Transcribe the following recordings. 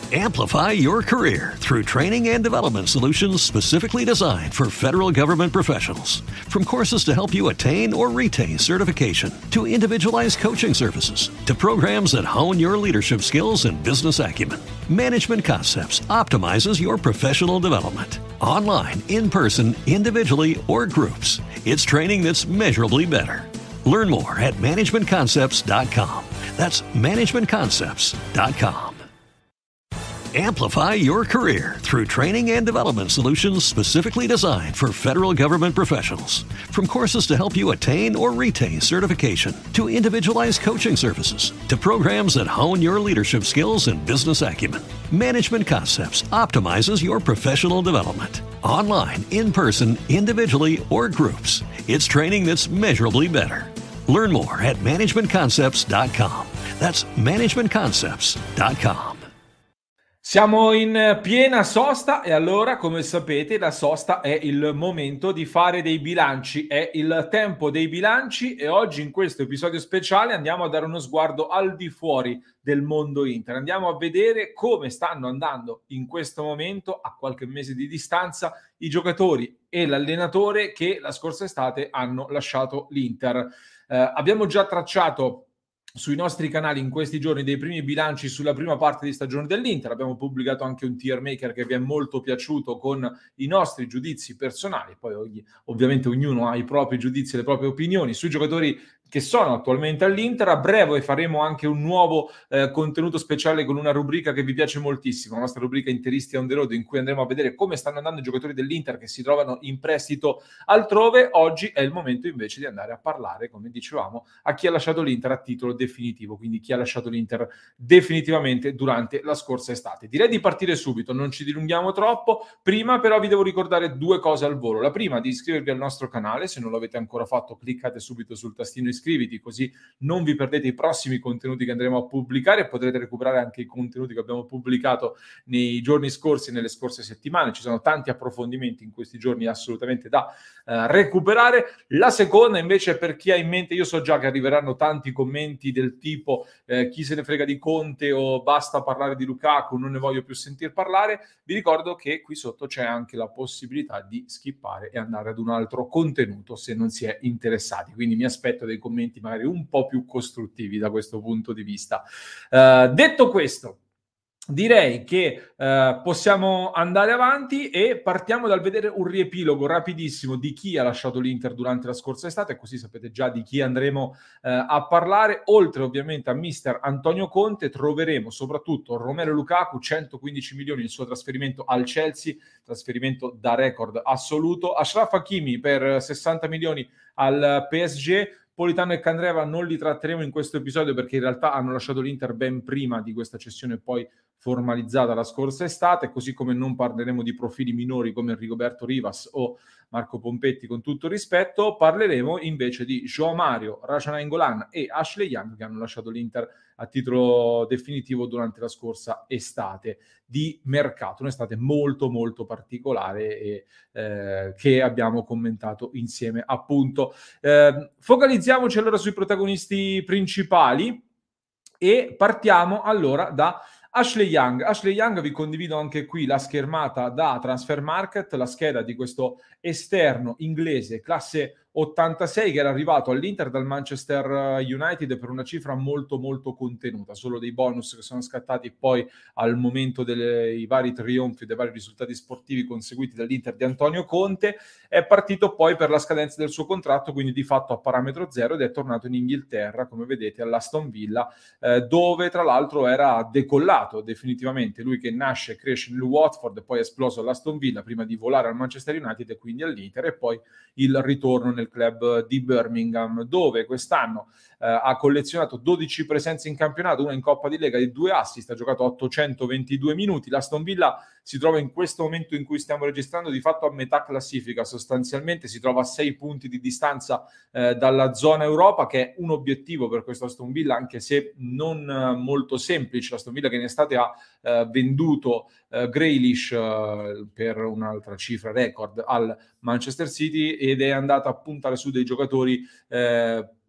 Amplify your career through training and development solutions specifically designed for federal government professionals. From courses to help you attain or retain certification, to individualized coaching services, to programs that hone your leadership skills and business acumen, Management Concepts optimizes your professional development. Online, in person, individually, or groups, it's training that's measurably better. Learn more at managementconcepts.com. That's managementconcepts.com. Amplify your career through training and development solutions specifically designed for federal government professionals. From courses to help you attain or retain certification, to individualized coaching services, to programs that hone your leadership skills and business acumen, Management Concepts optimizes your professional development. Online, in person, individually, or groups, it's training that's measurably better. Learn more at managementconcepts.com. That's managementconcepts.com. Siamo in piena sosta e allora, come sapete, la sosta è il momento di fare dei bilanci, è il tempo dei bilanci e oggi in questo episodio speciale andiamo a dare uno sguardo al di fuori del mondo Inter. Andiamo a vedere come stanno andando in questo momento, a qualche mese di distanza, i giocatori e l'allenatore che la scorsa estate hanno lasciato l'Inter. Abbiamo già tracciato sui nostri canali in questi giorni dei primi bilanci sulla prima parte di stagione dell'Inter. Abbiamo pubblicato anche un tier maker che vi è molto piaciuto con i nostri giudizi personali. Poi ovviamente ognuno ha i propri giudizi e le proprie opinioni sui giocatori che sono attualmente all'Inter. A breve faremo anche un nuovo contenuto speciale con una rubrica che vi piace moltissimo, la nostra rubrica Interisti on the road, in cui andremo a vedere come stanno andando i giocatori dell'Inter che si trovano in prestito altrove. Oggi è il momento invece di andare a parlare, come dicevamo, a chi ha lasciato l'Inter a titolo definitivo, quindi chi ha lasciato l'Inter definitivamente durante la scorsa estate. Direi di partire subito, non ci dilunghiamo troppo. Prima però vi devo ricordare due cose al volo. La prima, di iscrivervi al nostro canale, se non l'avete ancora fatto cliccate subito sul tastino iscriviti, così non vi perdete i prossimi contenuti che andremo a pubblicare e potrete recuperare anche i contenuti che abbiamo pubblicato nei giorni scorsi e nelle scorse settimane. Ci sono tanti approfondimenti in questi giorni assolutamente da recuperare. La seconda invece, per chi ha in mente, io so già che arriveranno tanti commenti del tipo chi se ne frega di Conte o basta parlare di Lukaku, non ne voglio più sentir parlare. Vi ricordo che qui sotto c'è anche la possibilità di skippare e andare ad un altro contenuto se non si è interessati, quindi mi aspetto dei commenti magari un po' più costruttivi da questo punto di vista. Detto questo, direi che possiamo andare avanti e partiamo dal vedere un riepilogo rapidissimo di chi ha lasciato l'Inter durante la scorsa estate, così sapete già di chi andremo a parlare. Oltre ovviamente a mister Antonio Conte troveremo soprattutto Romelu Lukaku, 115 milioni il suo trasferimento al Chelsea, trasferimento da record assoluto. Achraf Hakimi per 60 milioni al PSG. Politano e Candreva non li tratteremo in questo episodio perché in realtà hanno lasciato l'Inter ben prima di questa cessione poi formalizzata la scorsa estate, così come non parleremo di profili minori come Rigoberto Rivas o Marco Pompetti, con tutto rispetto. Parleremo invece di João Mario, Raja Nainggolan e Ashley Young che hanno lasciato l'Inter a titolo definitivo durante la scorsa estate di mercato, un'estate molto molto particolare e che abbiamo commentato insieme appunto. Focalizziamoci allora sui protagonisti principali e partiamo allora da Ashley Young. Ashley Young, vi condivido anche qui la schermata da Transfermarkt, la scheda di questo esterno inglese classe 86 che era arrivato all'Inter dal Manchester United per una cifra molto molto contenuta, solo dei bonus che sono scattati poi al momento dei vari trionfi, dei vari risultati sportivi conseguiti dall'Inter di Antonio Conte. È partito poi per la scadenza del suo contratto, quindi di fatto a parametro zero, ed è tornato in Inghilterra, come vedete, all'Aston Villa, dove tra l'altro era decollato definitivamente. Lui che nasce e cresce nel Watford e poi è esploso all'Aston Villa prima di volare al Manchester United e quindi all'Inter, e poi il ritorno nel club di Birmingham, dove quest'anno ha collezionato 12 presenze in campionato, una in Coppa di Lega e 2 assist, ha giocato 822 minuti. L'Aston Villa si trova in questo momento in cui stiamo registrando di fatto a metà classifica, sostanzialmente si trova a 6 punti di distanza dalla zona Europa, che è un obiettivo per questo Aston Villa, anche se non molto semplice. L'Aston Villa che in estate ha venduto Grealish per un'altra cifra record al Manchester City ed è andata a puntare su dei giocatori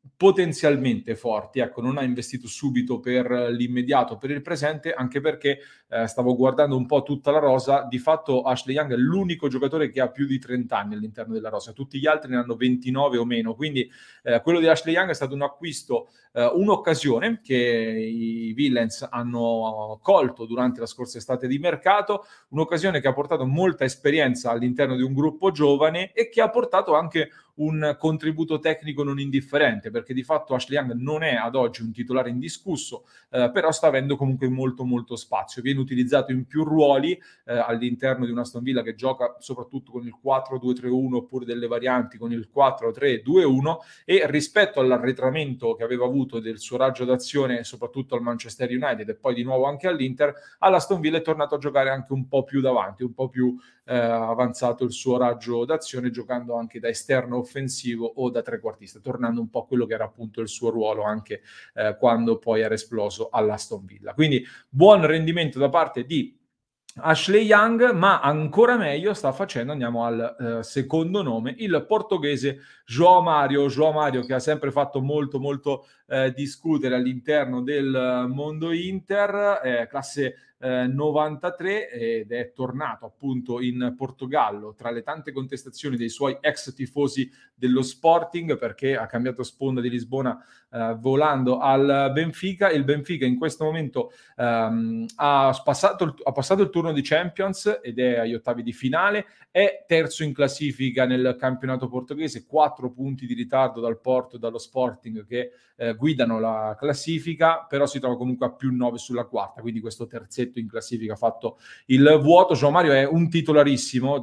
potenzialmente forti. Ecco, non ha investito subito per l'immediato, per il presente, anche perché stavo guardando un po' tutta la rosa. Di fatto Ashley Young è l'unico giocatore che ha più di 30 anni all'interno della rosa, tutti gli altri ne hanno 29 o meno, quindi quello di Ashley Young è stato un acquisto, un'occasione che i Villains hanno colto durante la scorsa estate di mercato, un'occasione che ha portato molta esperienza all'interno di un gruppo giovane e che ha portato anche un contributo tecnico non indifferente, perché di fatto Ashley Young non è ad oggi un titolare indiscusso, però sta avendo comunque molto molto spazio, viene utilizzato in più ruoli all'interno di una Aston Villa che gioca soprattutto con il 4-2-3-1 oppure delle varianti con il 4-3-2-1, e rispetto all'arretramento che aveva avuto del suo raggio d'azione soprattutto al Manchester United e poi di nuovo anche all'Inter, all'Aston Villa è tornato a giocare anche un po' più davanti, un po' più avanzato il suo raggio d'azione, giocando anche da esterno offensivo o da trequartista, tornando un po' a quello che era appunto il suo ruolo anche quando poi era esploso all'Aston Villa. Quindi buon rendimento da parte di Ashley Young, ma ancora meglio sta facendo, andiamo al secondo nome, il portoghese João Mario che ha sempre fatto molto molto discutere all'interno del mondo Inter, classe 93, ed è tornato appunto in Portogallo tra le tante contestazioni dei suoi ex tifosi dello Sporting, perché ha cambiato sponda di Lisbona volando al Benfica. Il Benfica in questo momento ha passato il turno di Champions ed è agli ottavi di finale, è terzo in classifica nel campionato portoghese, 4 punti di ritardo dal Porto e dallo Sporting che guidano la classifica, però si trova comunque a più 9 sulla quarta, quindi questo terzetto in classifica ha fatto il vuoto. João Mario è un titolarissimo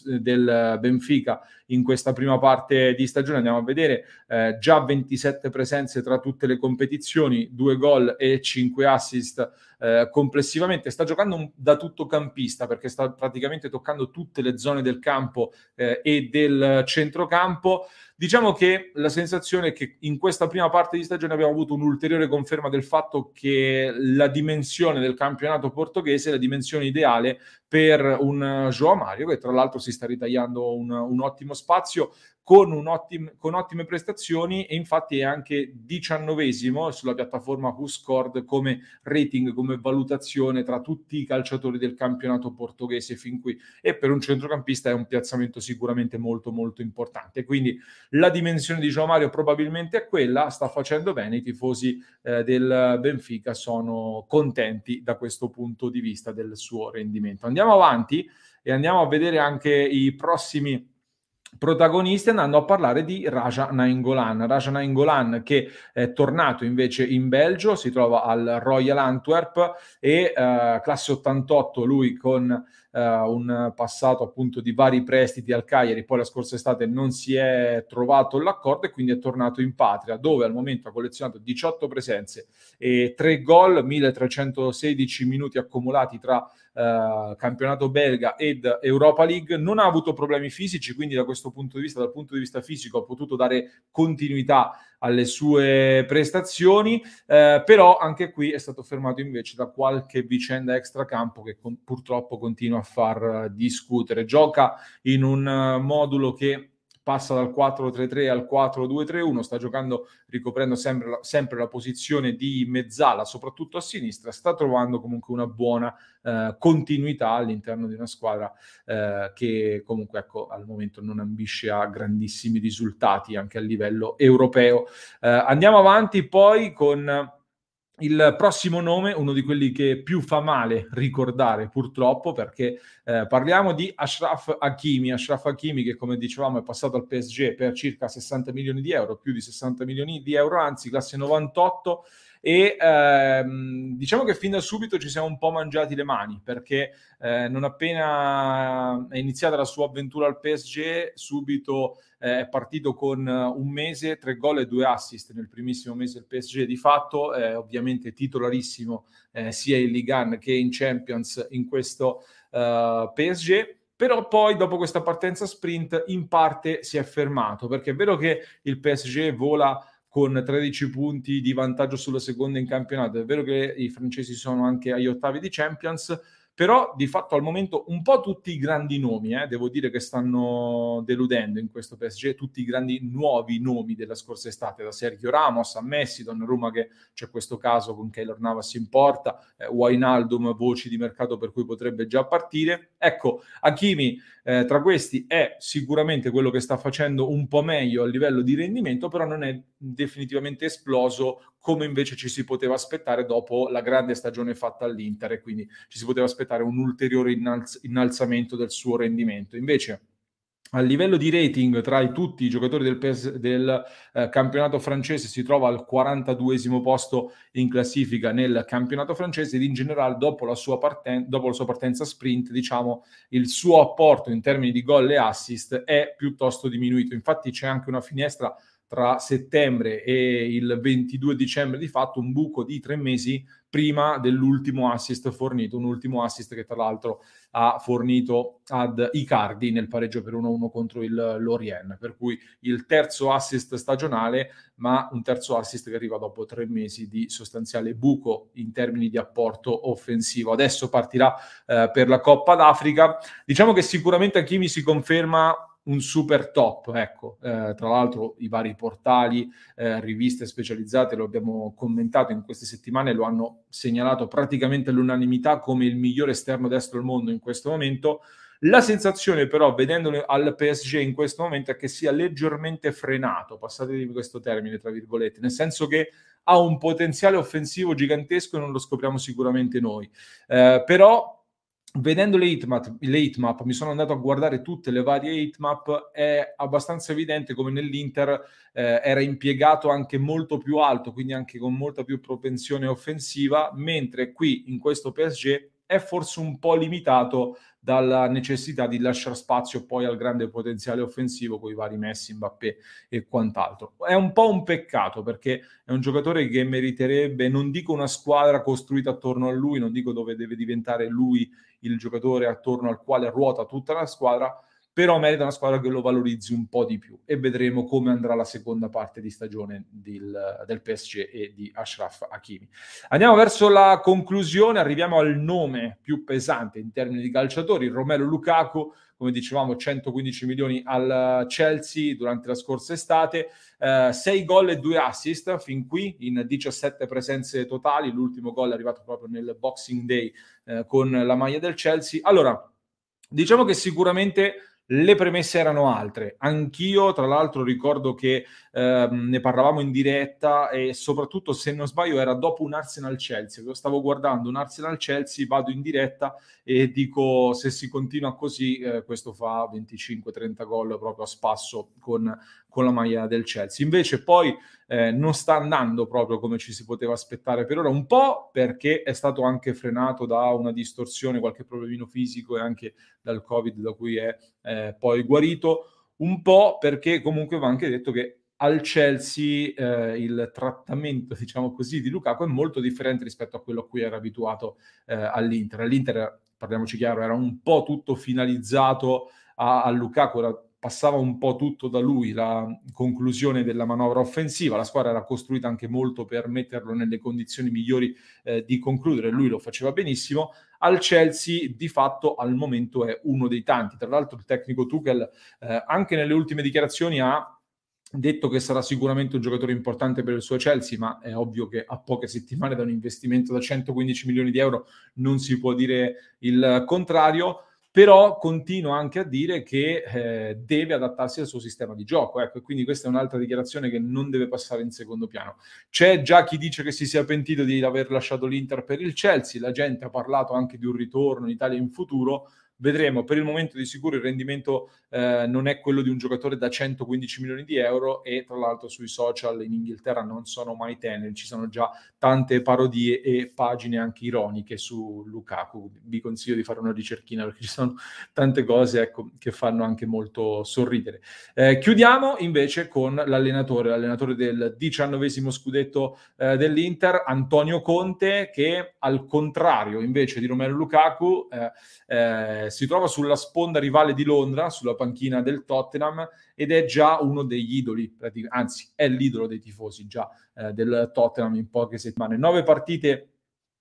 del Benfica in questa prima parte di stagione, andiamo a vedere già 27 presenze tra tutte le competizioni, 2 gol e 5 assist complessivamente. Sta giocando da tuttocampista perché sta praticamente toccando tutte le zone del campo e del centrocampo. Diciamo che la sensazione è che in questa prima parte di stagione abbiamo avuto un'ulteriore conferma del fatto che la dimensione del campionato portoghese è la dimensione ideale per un João Mario, che tra l'altro si sta ritagliando un ottimo spazio con ottime prestazioni, e infatti è anche 19esimo sulla piattaforma WhoScored come rating, come valutazione tra tutti i calciatori del campionato portoghese fin qui, e per un centrocampista è un piazzamento sicuramente molto molto importante. Quindi la dimensione di João Mario probabilmente è quella, sta facendo bene, i tifosi del Benfica sono contenti da questo punto di vista del suo rendimento. Andiamo avanti e andiamo a vedere anche i prossimi protagonisti, andando a parlare di Raja Nainggolan che è tornato invece in Belgio, si trova al Royal Antwerp e classe 88, lui con un passato appunto di vari prestiti al Cagliari, poi la scorsa estate non si è trovato l'accordo e quindi è tornato in patria, dove al momento ha collezionato 18 presenze e 3 gol, 1316 minuti accumulati tra campionato belga ed Europa League. Non ha avuto problemi fisici, quindi da questo punto di vista, dal punto di vista fisico, ha potuto dare continuità alle sue prestazioni, però anche qui è stato fermato invece da qualche vicenda extracampo che purtroppo continua a far discutere. Gioca in un modulo che passa dal 4-3-3 al 4-2-3-1, sta giocando ricoprendo sempre la posizione di mezzala, soprattutto a sinistra, sta trovando comunque una buona continuità all'interno di una squadra che comunque ecco, al momento non ambisce a grandissimi risultati anche a livello europeo. Andiamo avanti poi con il prossimo nome, uno di quelli che più fa male ricordare purtroppo, perché parliamo di Achraf Hakimi che, come dicevamo, è passato al PSG per circa 60 milioni di euro, più di 60 milioni di euro, anzi classe 98, e diciamo che fin da subito ci siamo un po' mangiati le mani, perché non appena è iniziata la sua avventura al PSG, subito è partito con un mese, 3 gol e 2 assist nel primissimo mese del PSG, di fatto ovviamente titolarissimo sia in Ligue 1 che in Champions in questo PSG. Però poi dopo questa partenza sprint in parte si è fermato, perché è vero che il PSG vola con 13 punti di vantaggio sulla seconda in campionato, è vero che i francesi sono anche agli ottavi di Champions, però di fatto al momento un po' tutti i grandi nomi, devo dire che stanno deludendo in questo PSG, tutti i grandi nuovi nomi della scorsa estate, da Sergio Ramos a Messi, Donnarumma, che c'è questo caso con Keylor Navas in porta, Wijnaldum, voci di mercato per cui potrebbe già partire. Ecco, Hakimi tra questi è sicuramente quello che sta facendo un po' meglio a livello di rendimento, però non è definitivamente esploso come invece ci si poteva aspettare dopo la grande stagione fatta all'Inter, e quindi ci si poteva aspettare un ulteriore innalzamento del suo rendimento. Invece a livello di rating tra tutti i giocatori del campionato francese si trova al 42esimo posto in classifica nel campionato francese, ed in generale dopo la sua partenza sprint, diciamo, il suo apporto in termini di gol e assist è piuttosto diminuito. Infatti c'è anche una finestra tra settembre e il 22 dicembre, di fatto un buco di 3 mesi prima dell'ultimo assist fornito, un ultimo assist che tra l'altro ha fornito ad Icardi nel pareggio per 1-1 contro il Lorient, per cui il terzo assist stagionale, ma un terzo assist che arriva dopo 3 mesi di sostanziale buco in termini di apporto offensivo. Adesso partirà per la Coppa d'Africa. Diciamo che sicuramente Hakimi si conferma un super top, ecco. Tra l'altro i vari portali, riviste specializzate, lo abbiamo commentato in queste settimane, lo hanno segnalato praticamente all'unanimità come il migliore esterno destro al mondo in questo momento. La sensazione però, vedendolo al PSG in questo momento, è che sia leggermente frenato, passatemi questo termine tra virgolette, nel senso che ha un potenziale offensivo gigantesco e non lo scopriamo sicuramente noi. Però vedendo le heatmap, mi sono andato a guardare tutte le varie heatmap, è abbastanza evidente come nell'Inter era impiegato anche molto più alto, quindi anche con molta più propensione offensiva, mentre qui in questo PSG è forse un po' limitato dalla necessità di lasciare spazio poi al grande potenziale offensivo con i vari Messi, Mbappé e quant'altro. È un po' un peccato, perché è un giocatore che meriterebbe, non dico una squadra costruita attorno a lui, non dico dove deve diventare lui il giocatore attorno al quale ruota tutta la squadra, però merita una squadra che lo valorizzi un po' di più, e vedremo come andrà la seconda parte di stagione del PSG e di Achraf Hakimi. Andiamo verso la conclusione, arriviamo al nome più pesante in termini di calciatori, Romelu Lukaku. Come dicevamo, 115 milioni al Chelsea durante la scorsa estate, 6 gol e 2 assist fin qui in 17 presenze totali. L'ultimo gol è arrivato proprio nel Boxing Day con la maglia del Chelsea. Allora, diciamo che sicuramente le premesse erano altre. Anch'io, tra l'altro, ricordo che ne parlavamo in diretta, e soprattutto, se non sbaglio, era dopo un Arsenal-Chelsea. Io stavo guardando un Arsenal-Chelsea, vado in diretta e dico, se si continua così, questo fa 25-30 gol proprio a spasso con la maglia del Chelsea. Invece poi non sta andando proprio come ci si poteva aspettare per ora, un po' perché è stato anche frenato da una distorsione, qualche problemino fisico, e anche dal Covid, da cui è poi guarito, un po' perché comunque va anche detto che al Chelsea il trattamento, diciamo così, di Lukaku è molto differente rispetto a quello a cui era abituato all'Inter. All'Inter, parliamoci chiaro, era un po' tutto finalizzato a Lukaku, passava un po' tutto da lui, la conclusione della manovra offensiva. La squadra era costruita anche molto per metterlo nelle condizioni migliori di concludere, lui lo faceva benissimo. Al Chelsea di fatto al momento è uno dei tanti. Tra l'altro il tecnico Tuchel anche nelle ultime dichiarazioni ha detto che sarà sicuramente un giocatore importante per il suo Chelsea, ma è ovvio che a poche settimane da un investimento da 115 milioni di euro non si può dire il contrario. Però continua anche a dire che deve adattarsi al suo sistema di gioco. Ecco, e quindi questa è un'altra dichiarazione che non deve passare in secondo piano. C'è già chi dice che si sia pentito di aver lasciato l'Inter per il Chelsea, la gente ha parlato anche di un ritorno in Italia in futuro. Vedremo. Per il momento di sicuro il rendimento non è quello di un giocatore da 115 milioni di euro, e tra l'altro sui social in Inghilterra non sono mai teneri, ci sono già tante parodie e pagine anche ironiche su Lukaku. Vi consiglio di fare una ricerchina, perché ci sono tante cose, ecco, che fanno anche molto sorridere. Chiudiamo invece con l'allenatore del 19esimo scudetto dell'Inter, Antonio Conte, che al contrario invece di Romelu Lukaku si trova sulla sponda rivale di Londra, sulla panchina del Tottenham, ed è già uno degli idoli, anzi è l'idolo dei tifosi già del Tottenham in poche settimane. 9 partite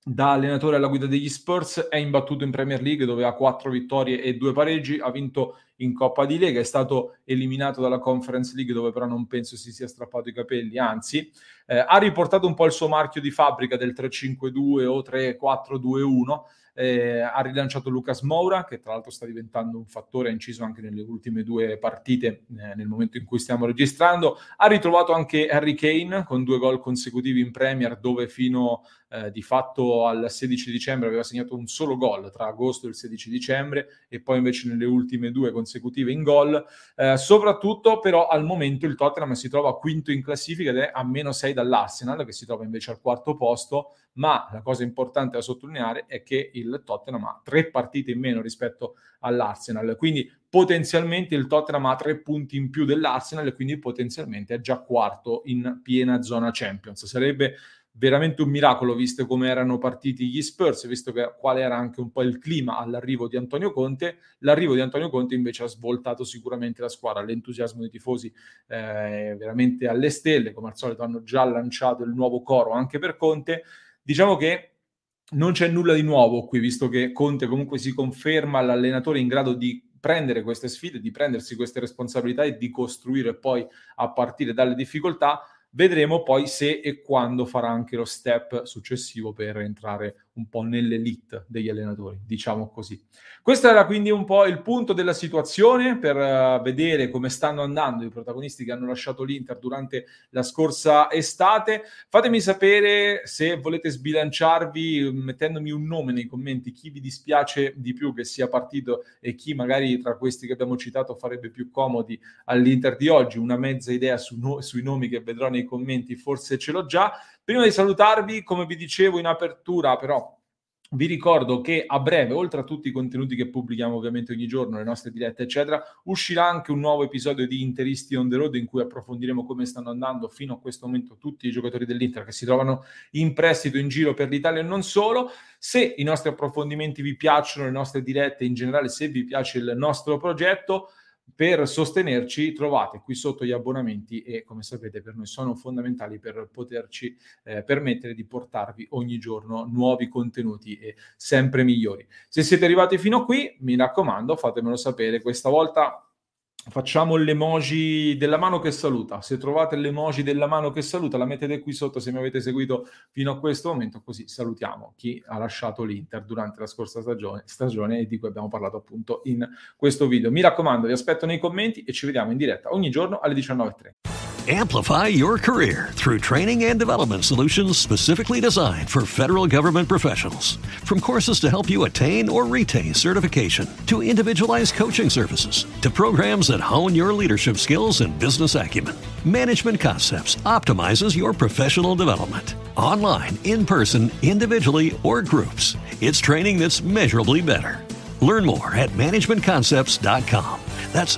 da allenatore alla guida degli Spurs, è imbattuto in Premier League dove ha 4 vittorie e 2 pareggi, ha vinto in Coppa di Lega, è stato eliminato dalla Conference League dove però non penso si sia strappato i capelli, anzi ha riportato un po' il suo marchio di fabbrica del 3-5-2 o 3-4-2-1, ha rilanciato Lucas Moura, che tra l'altro sta diventando un fattore, ha inciso anche nelle ultime 2 partite nel momento in cui stiamo registrando, ha ritrovato anche Harry Kane con 2 gol consecutivi in Premier, dove fino di fatto al 16 dicembre aveva segnato un solo gol tra agosto e il 16 dicembre e poi invece nelle ultime 2 consecutive in gol. Soprattutto però al momento il Tottenham si trova quinto in classifica ed è a -6 dall'Arsenal, che si trova invece al 4º posto, ma la cosa importante da sottolineare è che il Tottenham ha 3 partite in meno rispetto all'Arsenal, quindi potenzialmente il Tottenham ha 3 punti in più dell'Arsenal e quindi potenzialmente è già quarto in piena zona Champions. Sarebbe veramente un miracolo visto come erano partiti gli Spurs, visto che quale era anche un po' il clima all'arrivo di Antonio Conte. L'arrivo di Antonio Conte invece ha svoltato sicuramente la squadra, l'entusiasmo dei tifosi veramente alle stelle, come al solito hanno già lanciato il nuovo coro anche per Conte. Diciamo che non c'è nulla di nuovo qui, visto che Conte comunque si conferma l'allenatore in grado di prendere queste sfide, di prendersi queste responsabilità e di costruire poi a partire dalle difficoltà. Vedremo poi se e quando farà anche lo step successivo per entrare un po' nell'elite degli allenatori, diciamo così. Questo era quindi un po' il punto della situazione per vedere come stanno andando i protagonisti che hanno lasciato l'Inter durante la scorsa estate. Fatemi sapere se volete sbilanciarvi mettendomi un nome nei commenti, chi vi dispiace di più che sia partito e chi magari tra questi che abbiamo citato farebbe più comodi all'Inter di oggi. Una mezza idea sui nomi che vedrò nei commenti forse ce l'ho già. Prima di salutarvi, come vi dicevo in apertura, però vi ricordo che a breve, oltre a tutti i contenuti che pubblichiamo ovviamente ogni giorno, le nostre dirette eccetera, uscirà anche un nuovo episodio di Interisti on the Road in cui approfondiremo come stanno andando fino a questo momento tutti i giocatori dell'Inter che si trovano in prestito in giro per l'Italia e non solo. Se i nostri approfondimenti vi piacciono, le nostre dirette in generale, se vi piace il nostro progetto, per sostenerci trovate qui sotto gli abbonamenti e come sapete per noi sono fondamentali per poterci permettere di portarvi ogni giorno nuovi contenuti e sempre migliori. Se siete arrivati fino a qui, mi raccomando, fatemelo sapere. Questa volta facciamo l'emoji della mano che saluta. Se trovate l'emoji della mano che saluta, la mettete qui sotto se mi avete seguito fino a questo momento, così salutiamo chi ha lasciato l'Inter durante la scorsa stagione e di cui abbiamo parlato appunto in questo video. Mi raccomando, vi aspetto nei commenti e ci vediamo in diretta ogni giorno alle 19:30. Amplify your career through training and development solutions specifically designed for federal government professionals. From courses to help you attain or retain certification, to individualized coaching services, to programs that hone your leadership skills and business acumen, Management Concepts optimizes your professional development. Online, in person, individually, or groups, it's training that's measurably better. Learn more at managementconcepts.com. That's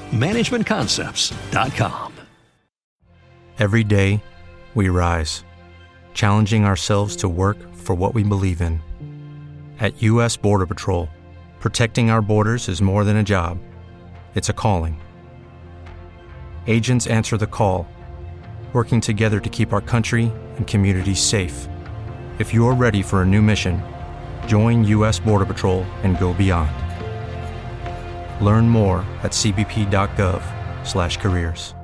managementconcepts.com. Every day, we rise, challenging ourselves to work for what we believe in. At U.S. Border Patrol, protecting our borders is more than a job. It's a calling. Agents answer the call, working together to keep our country and communities safe. If you're ready for a new mission, join U.S. Border Patrol and go beyond. Learn more at cbp.gov/careers.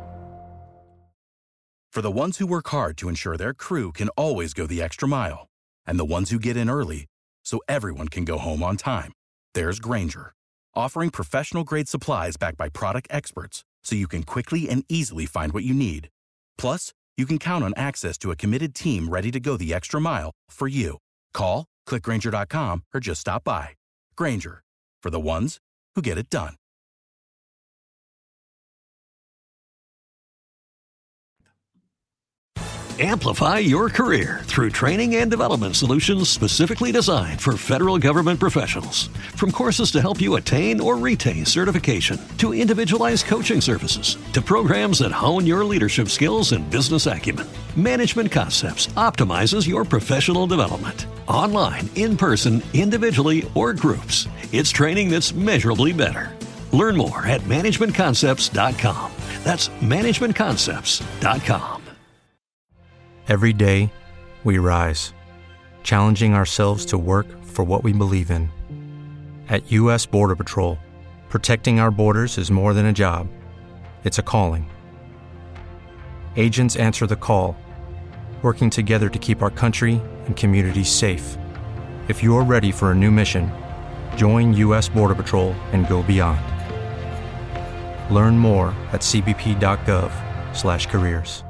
For the ones who work hard to ensure their crew can always go the extra mile, and the ones who get in early so everyone can go home on time, there's Grainger, offering professional-grade supplies backed by product experts so you can quickly and easily find what you need. Plus, you can count on access to a committed team ready to go the extra mile for you. Call, click Grainger.com, or just stop by. Grainger, for the ones who get it done. Amplify your career through training and development solutions specifically designed for federal government professionals. From courses to help you attain or retain certification, to individualized coaching services, to programs that hone your leadership skills and business acumen, Management Concepts optimizes your professional development. Online, in person, individually, or groups, it's training that's measurably better. Learn more at managementconcepts.com. That's managementconcepts.com. Every day, we rise, challenging ourselves to work for what we believe in. At U.S. Border Patrol, protecting our borders is more than a job. It's a calling. Agents answer the call, working together to keep our country and communities safe. If you're ready for a new mission, join U.S. Border Patrol and go beyond. Learn more at cbp.gov/careers.